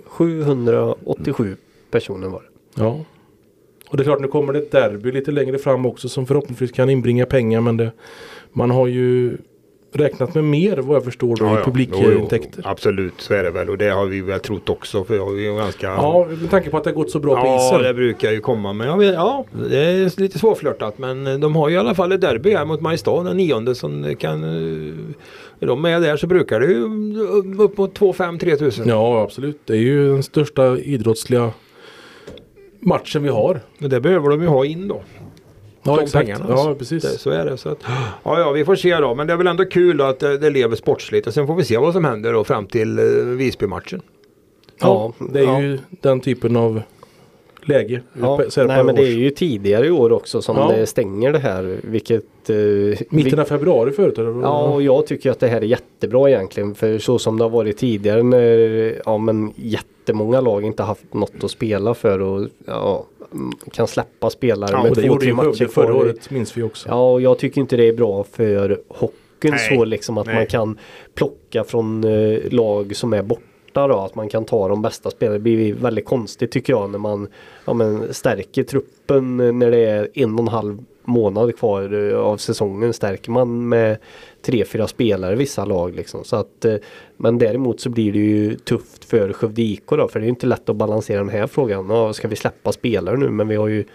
787 personer var det. Ja. Och det är klart, nu kommer det ett derby lite längre fram också som förhoppningsvis kan inbringa pengar, men man har ju räknat med mer vad jag förstår då, i publikintäkter. Absolut, så är det väl, och det har vi väl trott också, för vi är ganska... Ja, med tanke på att det har gått så bra på isen. Ja, det brukar ju komma, men det är lite svårflörtat, men de har ju i alla fall ett derby här mot Mariestad den 9:e som kan... De är där, så brukar det ju upp mot 2-5-3 000. Ja, absolut. Det är ju den största idrottsliga matchen vi har. Men det behöver de ju ha in då. Ja, exakt. Pengarna, ja, precis. Så är det. Så att, ja, vi får se då. Men det är väl ändå kul att det lever sportsligt. Och sen får vi se vad som händer då fram till Visby-matchen. Ja, det är ju den typen av läge. Ja, nej, men det är ju tidigare i år också som det stänger det här. Vilket... mitten av februari förut? Ja, och jag tycker att det här är jättebra egentligen. För så som det har varit tidigare när jättemånga lag inte haft något att spela för, och kan släppa spelare med 2-3 matcher förra året, minns vi också. Ja, och jag tycker inte det är bra för hockeyn så liksom att man kan plocka från lag som är borta då, att man kan ta de bästa spelarna. Det blir väldigt konstigt tycker jag när man stärker truppen när det är 1,5 månad kvar av säsongen, stärker man med 3-4 spelare vissa lag liksom. Så att, men däremot så blir det ju tufft för Skövde IK då, för det är ju inte lätt att balansera den här frågan. Ska vi släppa spelare nu, men vi har ju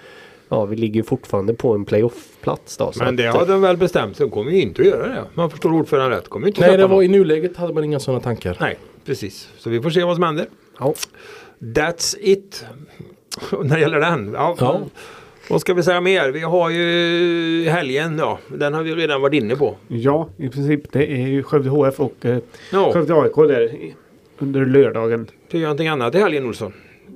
ja, vi ligger fortfarande på en playoff-plats då. Men det har de väl bestämt sig. De kommer ju inte att göra det. Man förstår ordförande rätt. Kommer inte Nej, det var i nuläget hade man inga sådana tankar. Nej, precis. Så vi får se vad som händer. Ja. That's it. När det gäller den. Ja. Vad ska vi säga mer? Vi har ju helgen, den har vi redan varit inne på. Ja, i princip. Det är ju Skövde HF och Skövde AIK där under lördagen. Ska du göra någonting annat i helgen, Olsson?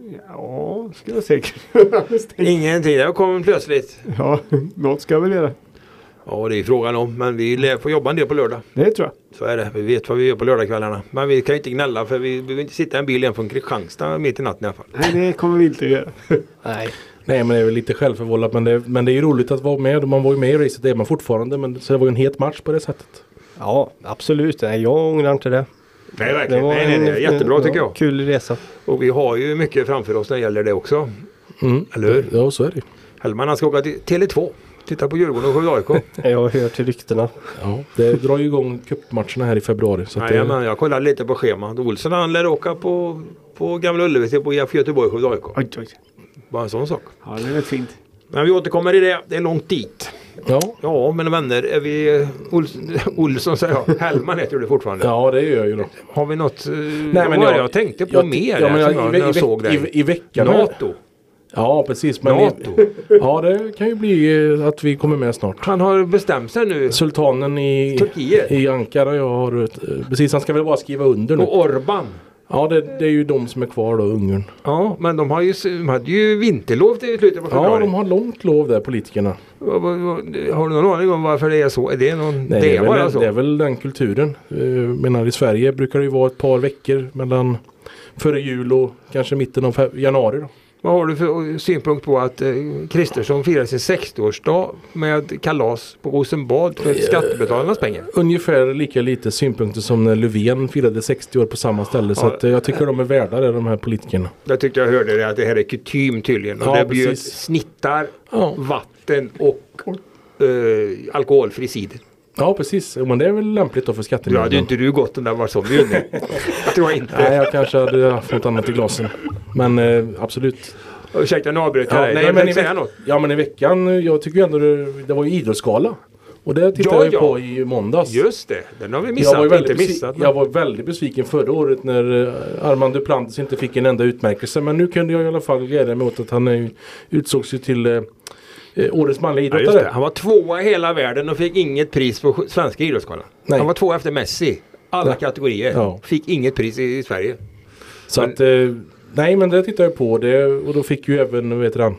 Ja, ska jag säkert. Ingenting, det kommer plötsligt. Ja, något ska jag väl göra. Ja, det är frågan om. Men vi får jobba en del på lördag. Det tror jag. Så är det. Vi vet vad vi gör på lördagskvällarna. Men vi kan inte gnälla för vi behöver inte sitta i en bil igen från Kristianstad mitt i natten i alla fall. Nej, det kommer vi inte göra. Nej, men det är väl lite självförvållat. Men det är ju roligt att vara med. Man var ju med i racet, det är man fortfarande. Men så det var ju en het match på det sättet. Ja, absolut. Nej, jag ångrar inte det. Nej, verkligen. Nej, det är jättebra tycker jag. Kul resa. Och vi har ju mycket framför oss när det gäller det också. Eller hur? Ja, så är det. Hellman, han ska åka till Tele2. Titta på Djurgården och Skövde AIK. Jag har hört till ryktena. Ja, det drar ju igång cupmatcherna här i februari. Så Nej, men jag kollade lite på schemat. Olsson han lär åka på Gamla Ullevi på IF Göteborg och Skövde AIK. Oj. Bara en sån sak. Ja, det är rätt fint. Men vi återkommer i det. Det är långt dit. Ja. Ja, mina vänner. Är vi Olsson säger jag. Hellman heter det fortfarande. Ja, det gör jag ju då. Har vi något? Nej, men jag tänkte på mer när jag såg det. I veckan. NATO. Ja, precis. Men NATO. Ja, det kan ju bli att vi kommer med snart. Han har bestämt sig nu. Sultanen i Turkiet. I Ankara. Jag har precis, han ska väl bara skriva under nu. Och Orban. Ja, det är ju de som är kvar då, Ungern. Ja, men de hade ju vinterlov till slutet på februari. Ja, de har långt lov där, politikerna. Har du någon aning om varför det är så? Är det någon... Nej, det är väl den kulturen. Menar i Sverige brukar det ju vara ett par veckor mellan före jul och kanske mitten av januari då. Vad har du för synpunkt på att Kristersson firar sin 60-årsdag med kalas på Rosenbad för skattebetalarnas pengar? Ungefär lika lite synpunkter som när Löfven firade 60 år på samma ställe. Ja. Så att, jag tycker de är värda det, de här politikerna. Jag tyckte jag hörde det, att det här är kutym tydligen. Och det blir snittar, vatten och alkoholfri cider. Ja, precis. Men det är väl lämpligt då för skattemedel. Ja, hade inte du gått den där var som bjudning? Jag tror inte. Nej, jag kanske hade haft något annat i glasen. Men absolut. Ursäkta, nu avbryter jag dig. Nej, men säga något. Ja, men i veckan, jag tycker ju ändå det var ju idrottsgala. Och det tittade jag på i måndags. Just det, den har vi missat. Jag var väldigt besviken förra året när Armand Duplantis inte fick en enda utmärkelse. Men nu kunde jag i alla fall glädja mig åt att han utsågs ju till årets manliga idrottare. Ja, han var tvåa i hela världen och fick inget pris på svenska idrottsgalan. Han var tvåa efter Messi. Alla kategorier. Ja. Fick inget pris i Sverige. Så att, nej, men det tittade jag på det. Och då fick ju även, vet du,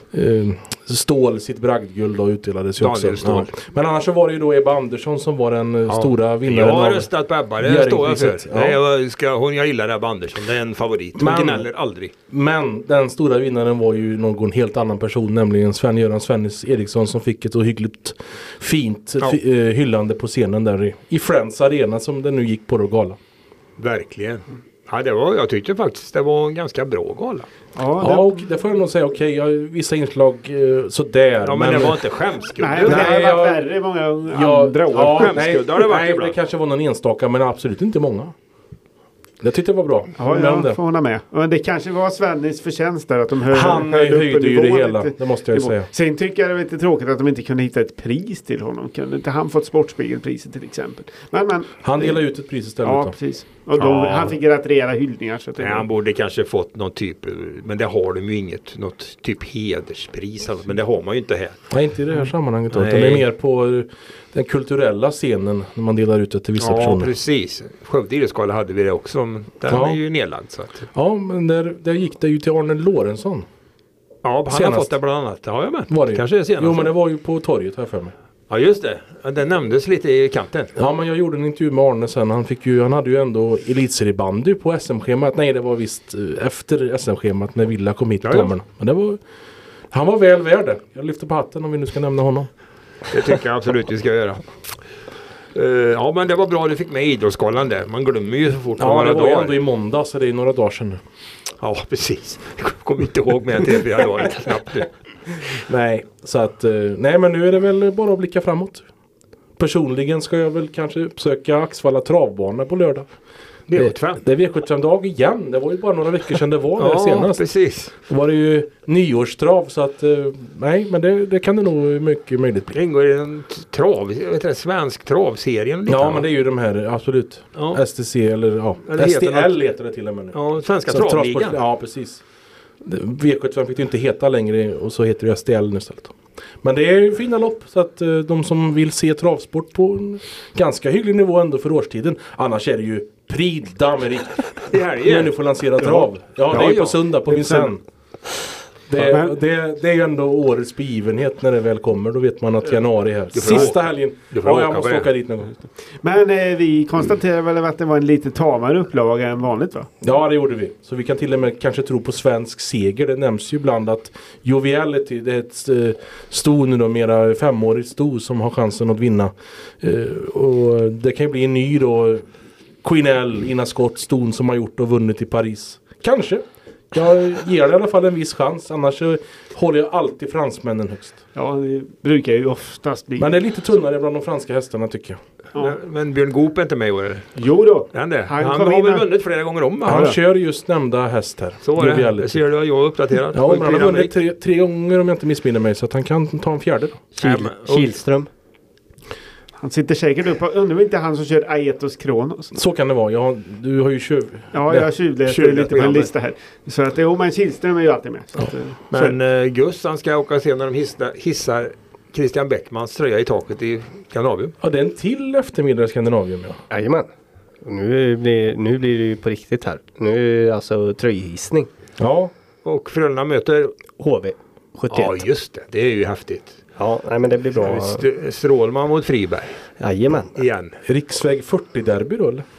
Stål sitt bragdguld och utdelades ju också. Ja. Men annars så var det ju då Ebba Andersson som var den stora vinnaren. Jag har röstat på Ebba, det står jag för. Ja. Jag gillar Ebba Andersson, det är en favorit. Hon gnäller aldrig. Men den stora vinnaren var ju någon helt annan person, nämligen Sven-Göran Svennis Eriksson som fick ett ohyggligt fint hyllande på scenen där i Friends Arena som den nu gick på gala. Verkligen. Ja, jag tyckte faktiskt det var en ganska bra gala. Ja, och det får jag nog säga. Okej, vissa inslag sådär. Ja, men det var inte skämskudd. Nej, det har varit värre många andra år. Ja, skämskudd har det varit ibland. Det kanske var någon enstaka, men absolut inte många. Jag tyckte det var bra. Ja, jag får hålla med. Men det kanske var Svennis förtjänst där att de han höjde ju det hela, det måste jag säga. Sen tycker jag det var lite tråkigt att de inte kunde hitta ett pris till honom. Kunde inte han fått Sportspegelpriset till exempel? Men han delade ut ett pris istället. Ja, precis. Och han fick rätt rejäla hyllningar. Så att han borde kanske fått någon typ, men det har de ju inget, något typ hederspris. Men det har man ju inte här. Nej, inte i det här sammanhanget. Utan det är mer på den kulturella scenen när man delar ut det till vissa personer. Ja, precis. Skövde idrottsgala hade vi det också. Men den är ju nedlagd. Så att. Ja, men där gick det ju till Arne Lorentzon. Ja, han har fått det bland annat. Det har jag med. Var det? Kanske är senast. Jo, men det var ju på torget här för mig. Ja, just det. Den nämndes lite i kanten. Ja, men jag gjorde en intervju med Arne sen. Han hade ju ändå elitseriebandy på SM-schemat. Nej, det var visst efter SM-schemat när Villa kom hit. Ja. Men han var väl värd det. Jag lyfter på hatten om vi nu ska nämna honom. Det tycker jag absolut vi ska göra. Ja, men det var bra du fick med idrottsgalan där. Man glömmer ju så fort. Ja, det var ju ändå i måndag så det är några dagar sedan nu. Ja, precis. Jag kommer inte ihåg mer än 3-4 dagar knappt nu. Nej, så att nej, men nu är det väl bara att blicka framåt. Personligen ska jag väl kanske uppsöka Axvalla travbana på lördag. V75. Det är V75-dag igen. Det var ju bara några veckor sedan det var senast. Precis. Då var det ju nyårstrav så att nej, men det kan det nog mycket möjligt bli. Det ingår i en svensk travserien. Ja, men det är ju de här, absolut. Ja. STC eller Eller STL heter det till och med nu. Ja, Svenska Så travligan. Ja, precis. V75 fick det inte heta längre och så heter det STL nu istället. Men det är ju fina lopp så att de som vill se travsport på en ganska hygglig nivå ändå för årstiden. Annars är det ju Prix d'Amérique. När du får lansera trav. Ja, det är ju på söndag på Vincennes. Det är ju ändå årets begivenhet när det väl kommer. Då vet man att januari är här. Sista helgen. Ja, jag måste åka dit någon gång. Men vi konstaterar väl att det var en lite tamare upplaga än vanligt, va? Ja, det gjorde vi. Så vi kan till och med kanske tro på svensk seger. Det nämns ju ibland att Joviality, det är ett sto nu då, mera 5-årigt sto som har chansen att vinna. Och det kan ju bli en ny då Quinel innan skott ston som har gjort och vunnit i Paris. Kanske. Jag ger det i alla fall en viss chans. Annars så håller jag alltid fransmännen högst. Ja, det brukar ju oftast bli. Men det är lite tunnare bland de franska hästarna tycker jag. Ja. Men Björn Goop är inte med i år, eller? Jo då. Han Han har väl vunnit flera gånger om? Han kör just nämnda häst här. Så var det. Det ser du, jag är uppdaterad. Ja, men han har vunnit tre gånger om jag inte missminner mig. Så att han kan ta en fjärde då. Kihlström. Han sitter säkert upp. Undrar om inte han som kör Aetos Kronos. Så kan det vara. Du har ju Ja, jag har tjuvläst lite på en lista här. Så att men Kihlström är ju alltid med. Så att, men Gus, han ska åka och se när de hissar Christian Bäckmans tröja i taket i Skandinavium. Ja, det är en till eftermiddag i Skandinavium, ja. Jajamän. Nu blir det ju på riktigt här. Nu är det alltså tröjhissning. Ja. Och Frölunda möter HV 71. Ja, just det. Det är ju häftigt. Ja, nej, men det blir bra. Strålman mot Friberg. Jajamän. Igen. Riksväg 40-derby då, eller?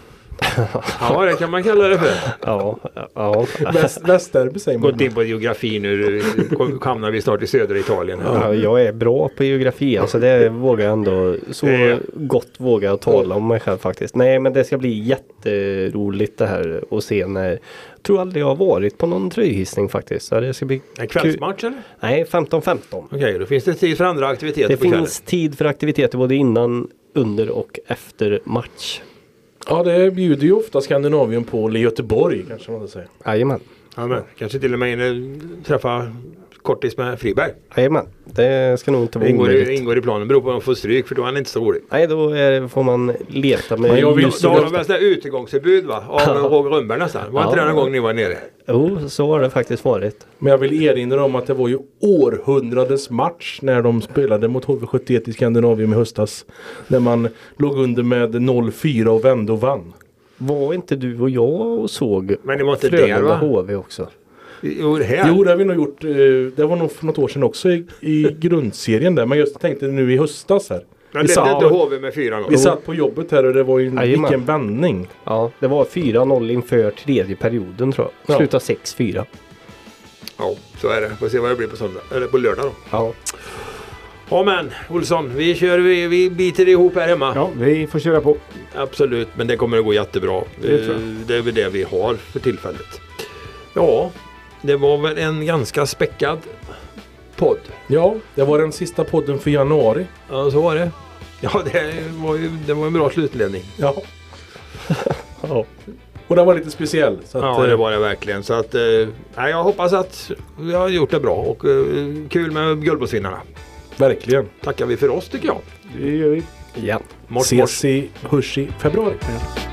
Ja, det kan man kalla det för. Ja. Västderby säger man. Gått in på geografi nu. Hamnar vi snart i södra Italien. Ja, jag är bra på geografi. Alltså det vågar jag ändå. Så gott vågar jag tala om mig själv faktiskt. Nej, men det ska bli jätteroligt det här att se när. Jag tror aldrig jag har varit på någon tröjhissning faktiskt. Så det ska bli en kvällsmatch eller? Nej, 15-15. Okej, då finns det tid för andra aktiviteter det på kvällen. Det finns tid för aktiviteter både innan, under och efter match. Ja, det bjuder ju ofta Skandinavium på, eller Göteborg kanske man ska säga. Jajamän. Amen. Kanske till och med träffa kortis med Friberg. Jajamän, det ska nog inte vara omöjligt. Ingår i planen, beror på om man får stryk för då är han inte så rolig. Nej, då får man leta med ljus. Då har de bästa utegångsförbud va? Av Roger Rönnberg nästan. Var inte det någon gång ni var nere? Jo, så har det faktiskt varit. Men jag vill erinra om att det var ju århundradets match när de spelade mot HV71 i Skandinavium i höstas. När man låg under med 0-4 och vände och vann. Var inte du och jag och såg men det var inte där va? HV också? Jo, det har vi nog gjort. Det var nog för något år sedan också i grundserien där. Men jag tänkte nu i höstas här. Men det är inte HV med 4-0. Vi satt på jobbet här och det var ju vilken vändning. Ja, det var 4-0 inför tredje perioden tror jag. Sluta 6-4. Ja, så är det. Får se vad det blir på söndag. Eller på lördag då. Ja. Ja men Olsson, vi biter ihop här hemma. Ja, vi får köra på. Absolut, men det kommer att gå jättebra. Det är väl det vi har för tillfället. Ja, det var väl en ganska späckad podd. Ja, det var den sista podden för januari. Ja, så var det. Ja, det var en bra slutledning. Ja. Ja. Och den var lite speciell. Så att, ja, det var det verkligen. Så att, jag hoppas att vi har gjort det bra och kul med guldbollsvinnarna. Verkligen. Tackar vi för oss tycker jag. Det gör vi. Ja. Ses i Hush i februari. Ja.